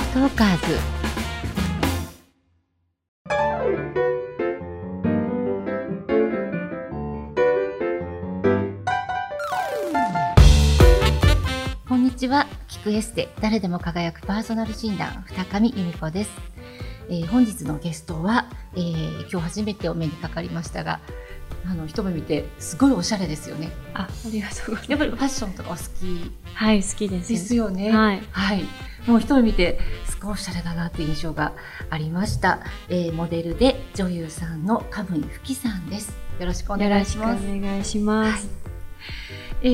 トーカーズ。こんにちは。聞くエステ誰でも輝くパーソナル診断二上由美子です。本日のゲストは、今日初めてお目にかかりましたが、一目見てすごいおしゃれですよね。 ありがとうございます。 やっぱりファッションとかお好き？ はい、好きです。 ですよね。 はい。 はい。もう一目見てすごいおしゃれだなという印象がありました。モデルで女優さんのカムイフキさんです。よろしくお願いします。 よろしくお願いします。 はい、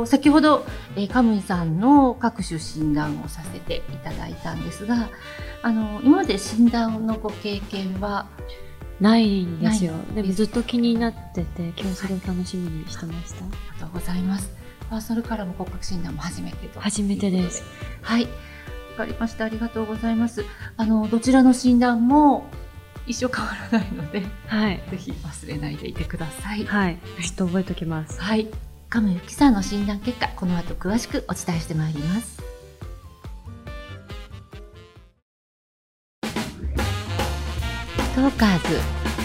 先ほど、カムイさんの各種診断をさせていただいたんですが、今まで診断のご経験はないんですよ。でもずっと気になってて、今日それを楽しみにしてました。 ありがとうございます。パーソナルカラーも骨格診断も初めてと。 初めてです。 はい。わかりました。ありがとうございます。どちらの診断も一生変わらないので、 はい。 ぜひ忘れないでいてください。 はい。ちょっと覚えておきます。 はい。カムイフキさんの診断結果、この後詳しくお伝えしてまいります。トーカーズ。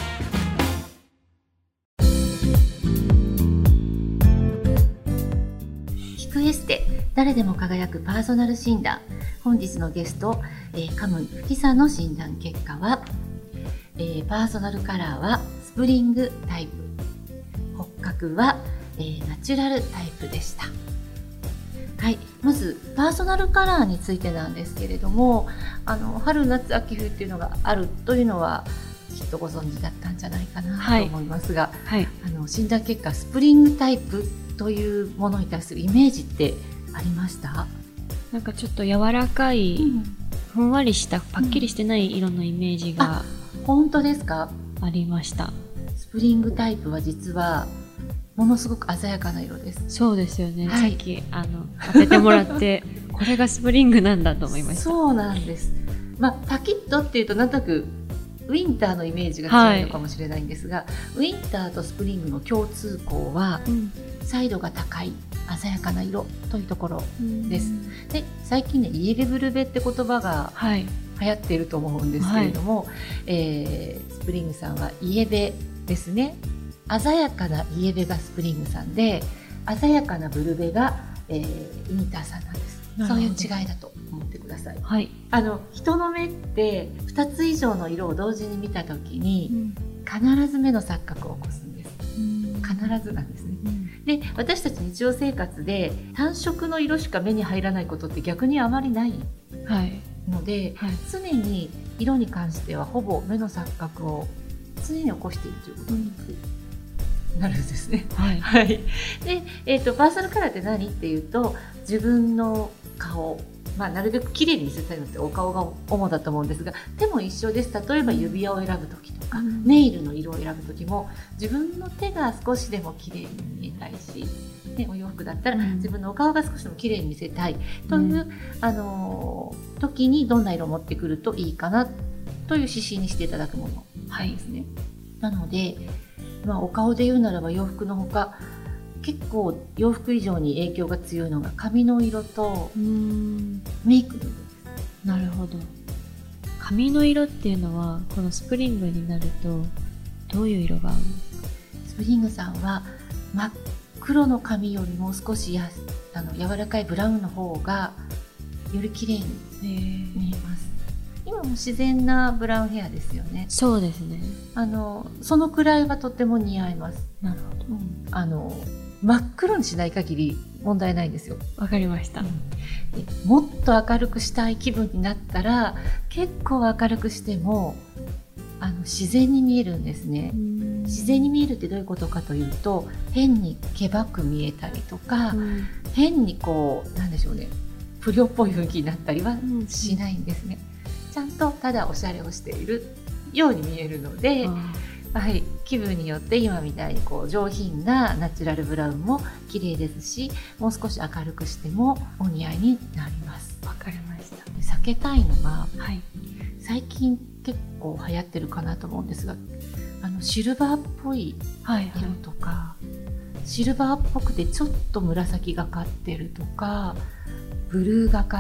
聞くエステ誰でも輝くパーソナル診断。本日のゲスト、カムイフキさんの診断結果は、パーソナルカラーはスプリングタイプ、骨格はナチュラルタイプでした。はい、まずパーソナルカラーについてなんですけれども、春夏秋冬っていうのがあるというのはきっとご存知だったんじゃないかなと思いますが、 はい、 診断結果スプリングタイプというものに対するイメージってありました？ なんかちょっと柔らかい、ふんわりしたパッキリしてない色のイメージが、 本当ですか？ ありました。 スプリングタイプは実はものすごく鮮やかな色です。 そうですよね、 はい、 さっき当ててもらってこれがスプリングなんだと思いました。 そうなんです。パキッとっていうとなんとなくウィンターのイメージが強いのかもしれないんですが、ウィンターとスプリングの共通項は、彩度が高い鮮やかな色というところです。で、最近ね、イエベブルベって言葉が流行っていると思うんですけれども、スプリングさんはイエベですね。鮮やかなイエベがスプリングさんで、鮮やかなブルベが、ウィンターさんなんです。そういう違いだと思ってください。 はい、 人の目って2つ以上の色を同時に見たときに、必ず目の錯覚を起こすんです。必ずなんですね。で、私たち日常生活で単色の色しか目に入らないことって逆にあまりないので、常に色に関してはほぼ目の錯覚を常に起こしているということになるんですね。はい。で、パーソナルカラーって何っていうと、自分の顔、なるべく綺麗に見せたいのってお顔が主だと思うんですが、手も一緒です。例えば指輪を選ぶときとか、ネイルの色を選ぶときも、自分の手が少しでも綺麗に見えたいし、お洋服だったら自分のお顔が少しでも綺麗に見せたいという、時にどんな色を持ってくるといいかなという指針にしていただくものですね。なので、お顔で言うならば洋服のほか、結構洋服以上に影響が強いのが髪の色とメイクの色です。 なるほど。髪の色っていうのはこのスプリングになるとどういう色があるんですか？ スプリングさんは真っ黒の髪よりも少し柔らかいブラウンの方がより綺麗に見えます。今も自然なブラウンヘアですよね。 そうですね。 そのくらいはとても似合います。 なるほど。 真っ黒にしない限り問題ないんですよ。 わかりました。 もっと明るくしたい気分になったら、結構明るくしても自然に見えるんですね。自然に見えるってどういうことかというと、変にけばく見えたりとか、変になんでしょうね、不良っぽい雰囲気になったりはしないんですね。ちゃんとただおしゃれをしているように見えるので、気分によって今みたいに上品なナチュラルブラウンも綺麗ですし、もう少し明るくしてもお似合いになります。 わかりました。 で、避けたいのが、最近結構流行ってるかなと思うんですが、シルバーっぽい色とか、シルバーっぽくてちょっと紫がかってるとか、ブルーがかっ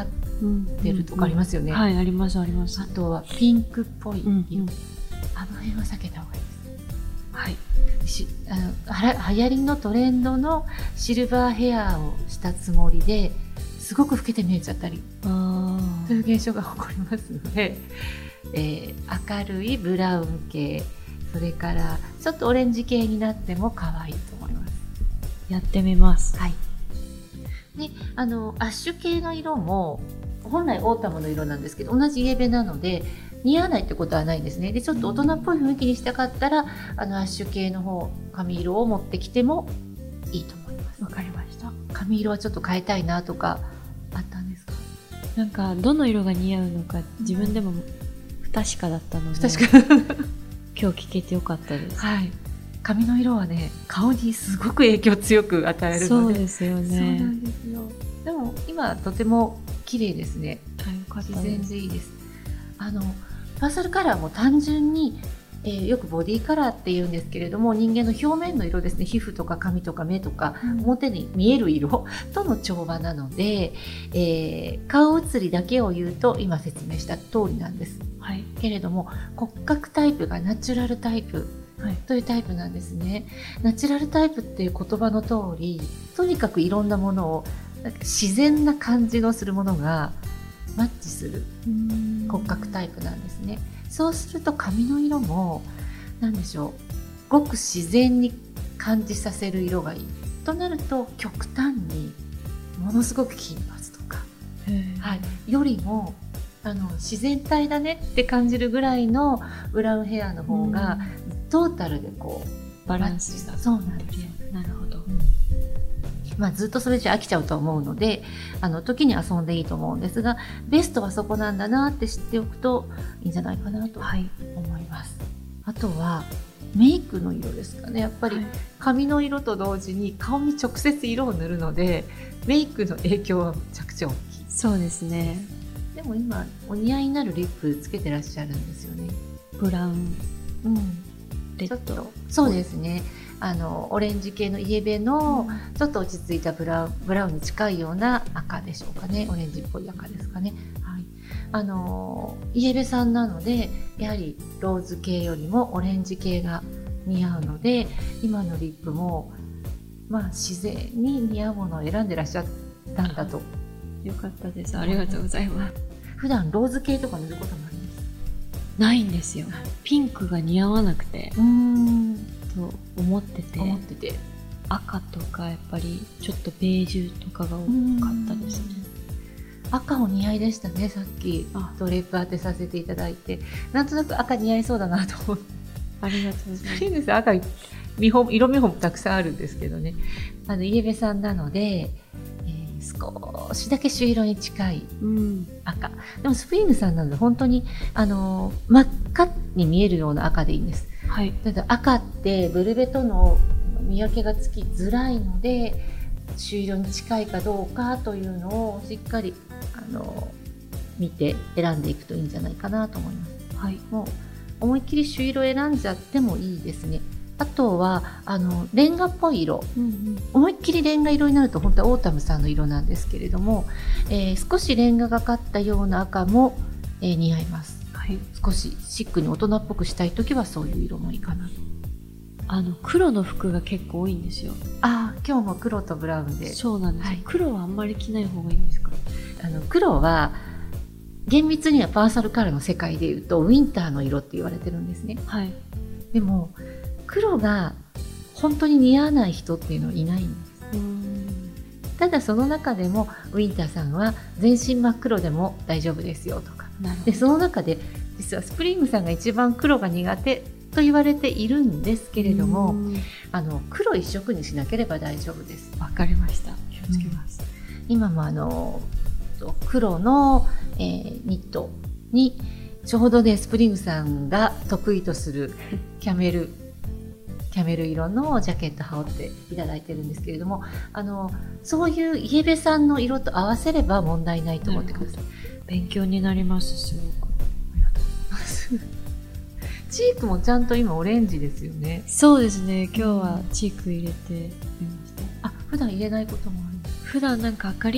てるとかありますよね。 はい、ありますあります。 あとはピンクっぽい色、あの辺は避けた方がいいです。 はい。 流行りのトレンドのシルバーヘアをしたつもりですごく老けて見えちゃったりという現象が起こりますので、明るいブラウン系、それからちょっとオレンジ系になっても可愛いと思います。 やってみます。 はい。で、アッシュ系の色も本来オータムの色なんですけど、同じイエベなので似合わないってことはないんですね。で、ちょっと大人っぽい雰囲気にしたかったらアッシュ系の方、髪色を持ってきてもいいと思います。 わかりました。 髪色はちょっと変えたいなとかあったんですか？ なんかどの色が似合うのか自分でも不確かだったので、今日聞けてよかったです。 はい。髪の色はね、顔にすごく影響強く与えるので。 そうですよね。 そうなんですよ。でも今とても綺麗ですね。 はい、よかったです。 自然でいいです。パーソナルカラーも単純に、よくボディカラーって言うんですけれども、人間の表面の色ですね、皮膚とか髪とか目とか、表に見える色との調和なので、顔写りだけを言うと今説明した通りなんです、はい、けれども骨格タイプがナチュラルタイプというタイプなんですね。ナチュラルタイプっていう言葉の通り、とにかくいろんなものを自然な感じのするものがマッチする骨格タイプなんですね。そうすると髪の色も何でしょう、ごく自然に感じさせる色がいいとなると、極端にものすごく金髪とか、はい、よりも自然体だねって感じるぐらいのブラウンヘアの方がトータルでこうバランスが。 そうなんですよ。 なるほど。 ずっとそれじゃ飽きちゃうと思うので、時に遊んでいいと思うんですが、ベストはそこなんだなって知っておくといいんじゃないかなと思います。あとはメイクの色ですかね。やっぱり髪の色と同時に顔に直接色を塗るので、メイクの影響はめちゃくちゃ大きい。 そうですね。 でも今お似合いになるリップつけてらっしゃるんですよね。 ブラウン、レッド。 そうですね。オレンジ系のイエベのちょっと落ち着いたブラウンに近いような赤でしょうかね。オレンジっぽい赤ですかね。はい。イエベさんなので、やはりローズ系よりもオレンジ系が似合うので、今のリップも自然に似合うものを選んでらっしゃったんだと。 よかったです。ありがとうございます。 普段ローズ系とか塗ることもあります？ ないんですよ。ピンクが似合わなくて。と思ってて、赤とかやっぱりちょっとベージュとかが多かったですね。 赤お似合いでしたね。さっきドレープ当てさせていただいて、なんとなく赤似合いそうだなと思って。 ありがとうございます。 いいんです。赤色見本もたくさんあるんですけどね。イエベさんなので、少しだけ朱色に近い赤、でもスプリングさんなので本当に真っ赤に見えるような赤でいいんです。はい、ただ赤ってブルベとの見分けがつきづらいので、朱色に近いかどうかというのをしっかり見て選んでいくといいんじゃないかなと思います。はい、もう思いっきり朱色選んじゃってもいいですね。あとはレンガっぽい色、思いっきりレンガ色になると本当はオータムさんの色なんですけれども、少しレンガがかったような赤も、似合います。はい、少しシックに大人っぽくしたいときはそういう色もいいかなと。 黒の服が結構多いんですよ。 今日も黒とブラウンで。 そうなんですよ。はい、黒はあんまり着ない方がいいんですか？ 黒は厳密にはパーソナルカラーの世界でいうとウィンターの色って言われてるんですね。はい、でも黒が本当に似合わない人っていうのはいないんです。ただその中でもウィンターさんは全身真っ黒でも大丈夫ですよとか、でその中で実はスプリングさんが一番黒が苦手と言われているんですけれども、黒一色にしなければ大丈夫です。 わかりました。気をつけます。 今も黒の、ニットにちょうどねスプリングさんが得意とするキャメル色のジャケット羽織っていただいてるんですけれども、そういうイエベさんの色と合わせれば問題ないと思ってください。 勉強になります。すごくありがとうございますチークもちゃんと今オレンジですよね。 そうですね。今日はチーク入れてみました。 普段入れないこともあるんです。 普段なんか赤リッ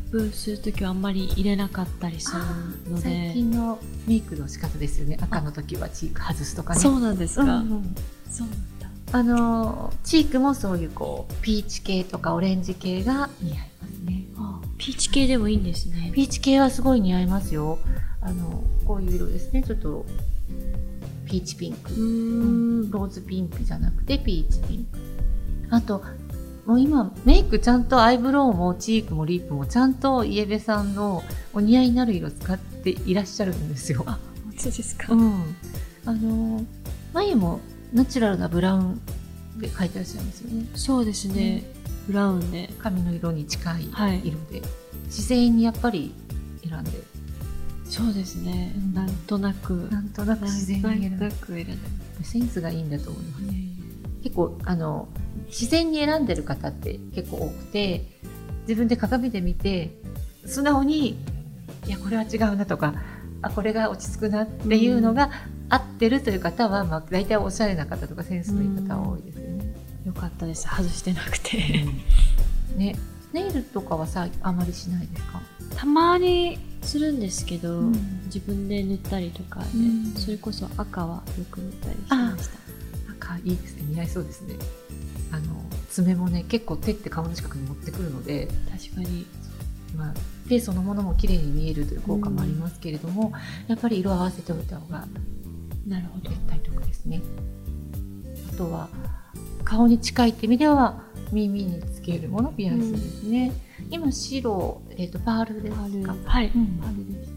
プするときはあんまり入れなかったりするので。 最近のメイクの仕方ですよね。赤の時はチーク外すとかね。 そうなんですか。そうなんだ。チークもそういうピーチ系とかオレンジ系が似合いますね。 ピーチ系でもいいんですね。 ピーチ系はすごい似合いますよ。こういう色ですね。ちょっとピーチピンク。ローズピンクじゃなくてピーチピンク。あと、もう今メイクちゃんとアイブロウもチークもリップもちゃんとイエベさんのお似合いになる色使っていらっしゃるんですよ。 本当ですか。 眉もナチュラルなブラウンで描いてらっしゃるんですよね。 そうですね。ブラウンで髪の色に近い色で、自然にやっぱり選んで。 そうですね。なんとなく自然に選んで。センスがいいんだと思います。結構自然に選んでる方って結構多くて、自分で鏡で見て素直にいやこれは違うなとか、これが落ち着くなっていうのが合ってるという方は、大体おしゃれな方とかセンスのいい方は多いですよね。 よかったです。外してなくてね。ネイルとかはあまりしないですか？ たまにするんですけど、自分で塗ったりとかで、それこそ赤はよく塗ったりしてました。 赤いいですね。似合いそうですね。爪もね結構手って顔の近くに持ってくるので、 確かに、 手そのものも綺麗に見えるという効果もありますけれども、やっぱり色を合わせておいた方が絶対得ですね。あとは顔に近いって意味では耳につけるものピアスですね。今白、パールですか？ はい、パールです。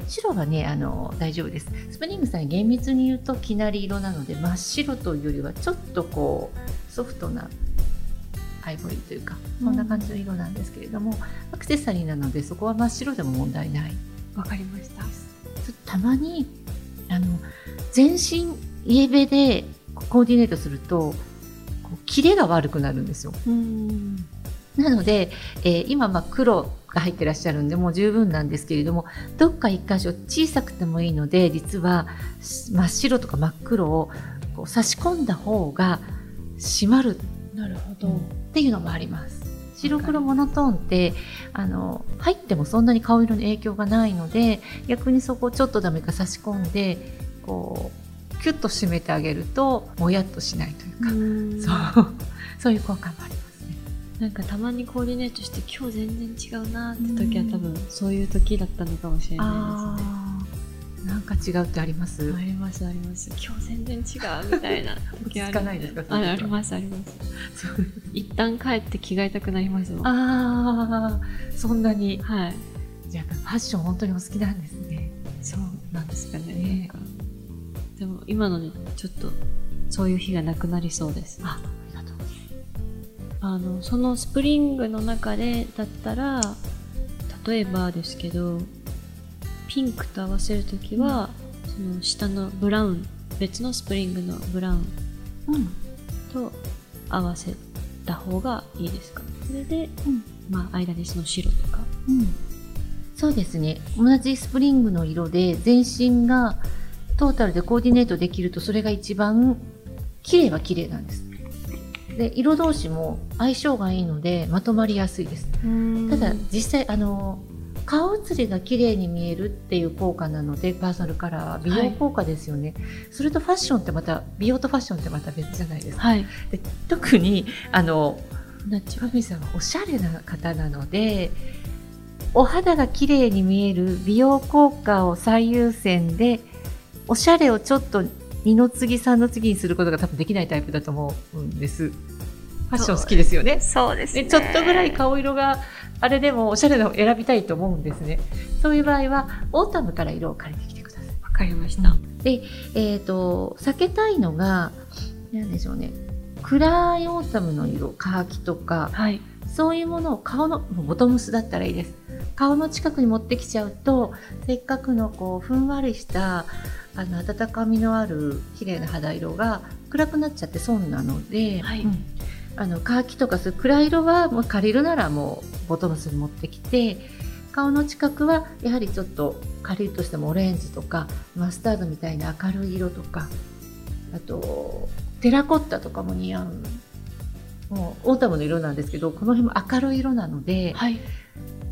白はね大丈夫です。スプリングさん厳密に言うと生成り色なので、真っ白というよりはちょっとソフトなアイボリーというか、そんな感じの色なんですけれども、アクセサリーなのでそこは真っ白でも問題ない。 わかりました。 たまに全身イエベでコーディネートするとキレが悪くなるんですよ。なので、今黒が入ってらっしゃるんでもう十分なんですけれども、どっか一箇所小さくてもいいので、実は真っ白とか真っ黒を差し込んだ方が締まる。 なるほど。 っていうのもあります。白黒モノトーンって入ってもそんなに顔色に影響がないので、逆にそこをちょっとでも差し込んでキュッと締めてあげるともやっとしないというか、そういう効果もありますね。 なんかたまにコーディネートして今日全然違うなって時は多分そういう時だったのかもしれないですね。 なんか違うってあります？ ありますあります。今日全然違うみたいな時ある。ないですか？ ありますあります。一旦帰って着替えたくなりますもん。そんなに。 はい。 じゃあファッション本当にお好きなんですね。 そうなんですかね。でも今のでちょっとそういう日がなくなりそうです。 ありがとうございます。 そのスプリングの中でだったら、例えばですけど、ピンクと合わせるときは、その下のブラウン、別のスプリングのブラウンと合わせた方がいいですか？それで、間にその白とか。 そうですね。同じスプリングの色で全身がトータルでコーディネートできると、それが一番綺麗は綺麗なんです。で、色同士も相性がいいのでまとまりやすいです。ただ実際顔写りが綺麗に見えるっていう効果なので、パーソナルカラーは美容効果ですよね。それとファッションって美容とファッションってまた別じゃないですか。で特にファミさんはおしゃれな方なので、お肌が綺麗に見える美容効果を最優先で、おしゃれをちょっと2の次3の次にすることが多分できないタイプだと思うんです。ファッション好きですよね。 そうですね。 ちょっとぐらい顔色があれでもおしゃれなのを選びたいと思うんですね。そういう場合はオータムから色を借りてきてください。 わかりました。 で、避けたいのが何でしょうね。暗いオータムの色、カーキとか、そういうものを顔のボトムスだったらいいです。顔の近くに持ってきちゃうと、せっかくのふんわりした温かみのある綺麗な肌色が暗くなっちゃって損なので、カーキとかそういう暗い色はもう借りるならもうボトムスに持ってきて、顔の近くはやはりちょっと借りるとしてもオレンジとかマスタードみたいな明るい色とか、あとテラコッタとかも似合う。もうオータムの色なんですけど、この辺も明るい色なので、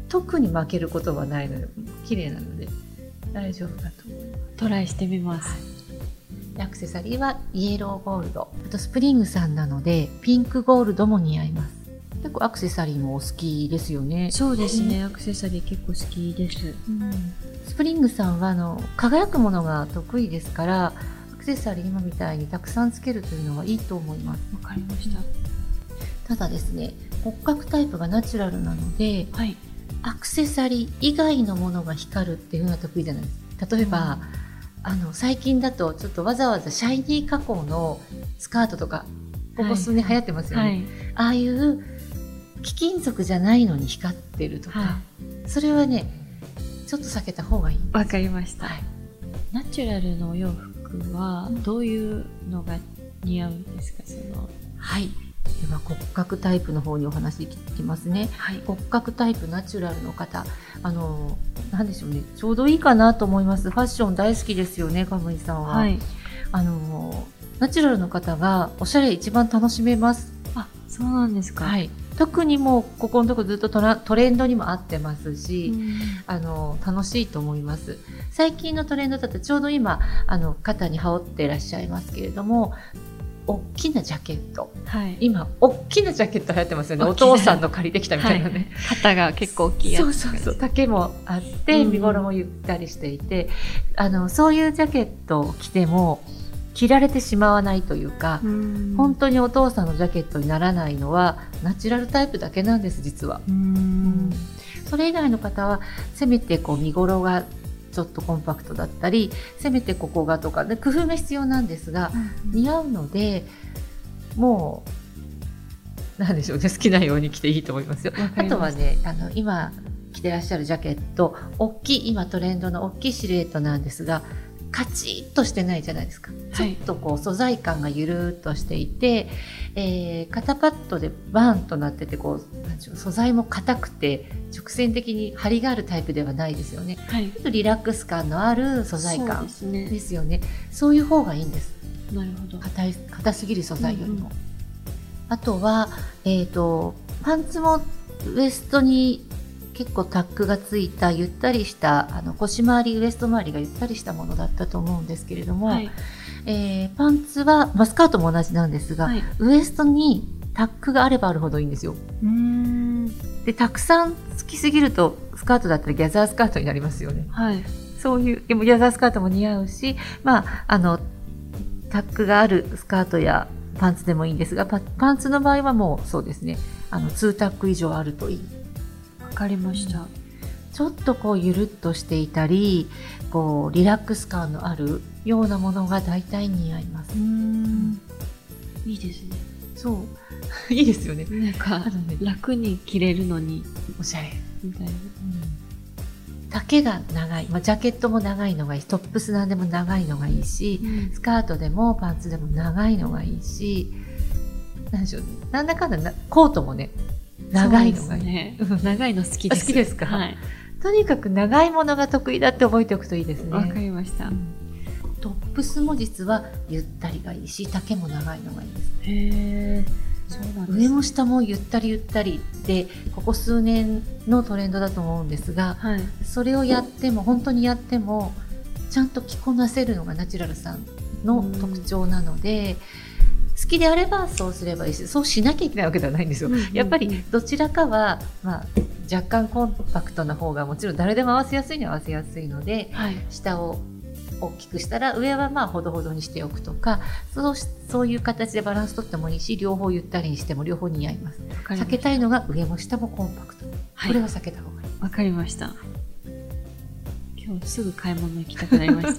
特に負けることはないので綺麗なので大丈夫だと思います。 トライしてみます。 アクセサリーはイエローゴールド、あとスプリングさんなのでピンクゴールドも似合います。結構アクセサリーもお好きですよね。 そうですね、アクセサリー結構好きです。 スプリングさんは輝くものが得意ですから、アクセサリー今みたいにたくさんつけるというのはいいと思います。 わかりました。 ただですね、骨格タイプがナチュラルなので、 はい、 アクセサリー以外のものが光るっていうのは得意じゃないですか。例えば、最近だとちょっとわざわざシャイニー加工のスカートとかここ数年流行ってますよね、 はい、 ああいう貴金属じゃないのに光ってるとか、はい、それはねちょっと避けた方がいい。 わかりました、 はい、 ナチュラルのお洋服はどういうのが似合うんですか？ はい、では骨格タイプの方にお話いきますね、はい、骨格タイプナチュラルの方、なんでしょうね、ちょうどいいかなと思います。ファッション大好きですよね、カムイさんは、はい、ナチュラルの方がおしゃれ一番楽しめます。 あ、そうなんですか。 はい、特にもうここのとこずっとトレンドにも合ってますし、楽しいと思います。最近のトレンドだとちょうど今肩に羽織っていらっしゃいますけれども、大きなジャケット、はい、今大きなジャケット流行ってますよね。お父さんの借りてきたみたいなね、 はい、肩が結構大きいやつ、 そう丈もあって身頃もゆったりしていて、そういうジャケットを着ても着られてしまわないというか、本当にお父さんのジャケットにならないのはナチュラルタイプだけなんです、実は。それ以外の方はせめてこう身頃がちょっとコンパクトだったり、せめてここがとかで工夫が必要なんですが、似合うのでもうなんでしょうね、好きなように着ていいと思いますよ。あとはね、今着てらっしゃるジャケット、大きい今トレンドの大きいシルエットなんですが、カチッとしてないじゃないですか、はい、ちょっとこう素材感がゆるっとしていて、肩パッドでバーンとなってて、こうなんでしょう、素材も硬くて直線的に張りがあるタイプではないですよね、はい、ちょっとリラックス感のある素材感ですよね。そういう方がいいんです。 なるほど。 硬すぎる素材よりも、あとは、パンツもウエストに結構タックがついたゆったりした腰回りウエスト周りがゆったりしたものだったと思うんですけれども、はい、パンツは、スカートも同じなんですが、はい、ウエストにタックがあればあるほどいいんですよ。でたくさんつきすぎるとスカートだったらギャザースカートになりますよね、はい、そういうでもギャザースカートも似合うし、タックがあるスカートやパンツでもいいんですが、パンツの場合はもうそうですね、2タック以上あるといい。 わかりました。 ちょっとこうゆるっとしていたり、こうリラックス感のあるようなものが大体似合います。 いいですね。 そういいですよね。 なんか楽に着れるのにおしゃれみたいな。 丈が長い、ジャケットも長いのがいいし、トップスなんでも長いのがいいし、スカートでもパンツでも長いのがいいし、なんでしょう、なんだかんだコートもね長いのがいい、 ね、長いの好きです。 好きですか、はい、とにかく長いものが得意だって覚えておくといいですね。 わかりました、 トップスも実はゆったりがいいし、丈も長いのがいいです。 へー、そうなんですね。 上も下もゆったりゆったりで、ここ数年のトレンドだと思うんですが、はい、それをやっても本当にやってもちゃんと着こなせるのがナチュラルさんの特徴なので、好きであればそうすればいいし、そうしなきゃいけないわけではないんですよ。やっぱりどちらかは、若干コンパクトな方がもちろん誰でも合わせやすいには合わせやすいので、はい、下を大きくしたら上はほどほどにしておくとか、そういう形でバランス取ってもいいし、両方ゆったりにしても両方似合います。避けたいのが上も下もコンパクト、はい、これは避けた方がいい。 わかりました。今日すぐ買い物行きたくなりました。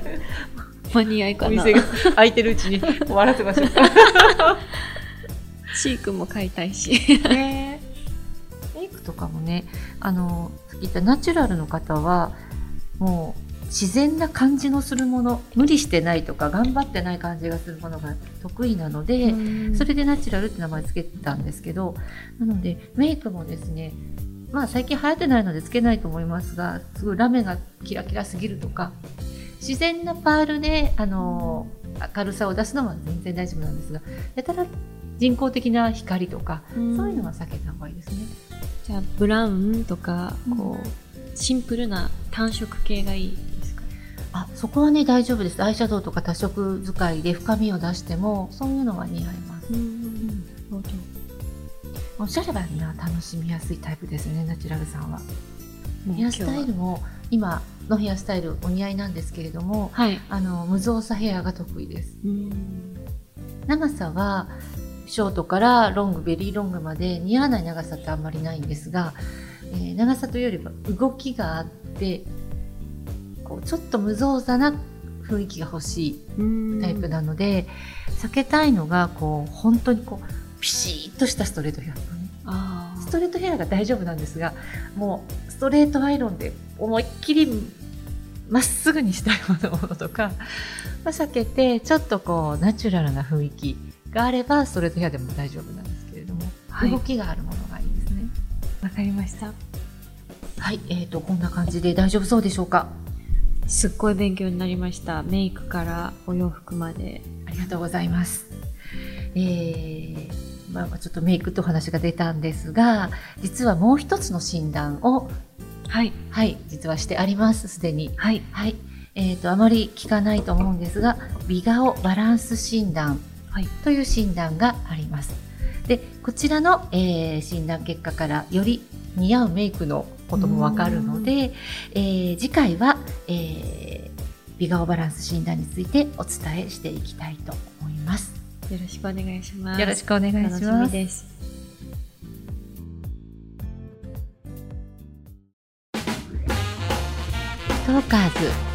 間に合いかな。お店が開いてるうちに終わらせましょうか。 シークも買いたいし。 メイクとかもね、さっき言ったナチュラルの方はもう自然な感じのするもの、無理してないとか頑張ってない感じがするものが得意なので、それでナチュラルって名前つけたんですけど、なのでメイクもですね、最近流行ってないのでつけないと思いますが、すごいラメがキラキラすぎるとか、自然なパールで明るさを出すのは全然大丈夫なんですが、やたら人工的な光とか、そういうのは避けた方がいいですね。 じゃあブラウンとかこう、シンプルな単色系がいいですか？ そこはね大丈夫です。アイシャドウとか多色使いで深みを出してもそういうのは似合います。おしゃれは楽しみやすいタイプですね、ナチュラルさんは。ヘアスタイルも今のヘアスタイルお似合いなんですけれども、 はい、 無造作ヘアが得意です。長さはショートからロング、ベリーロングまで似合わない長さってあんまりないんですが、長さというよりは動きがあってこうちょっと無造作な雰囲気が欲しいタイプなので、避けたいのがこう本当にこうピシッとしたストレートヘアとかね。ストレートヘアが大丈夫なんですが、もうストレートアイロンで思いっきりまっすぐにしたいものとか、避けてちょっとこうナチュラルな雰囲気があればストレートヘアでも大丈夫なんですけれども、動きがあるものがいいですね。 わかりました。 はい、こんな感じで大丈夫そうでしょうか？ すっごい勉強になりました。メイクからお洋服まで。 ありがとうございます。ちょっとメイクってお話が出たんですが、実はもう一つの診断を実はしてあります、すでに。あまり聞かないと思うんですが、美顔バランス診断という診断があります。で、こちらの、診断結果からより似合うメイクのこともわかるので、次回は、美顔バランス診断についてお伝えしていきたいと思います。 よろしくお願いします。 よろしくお願いします。 楽しみです。 トーカーズ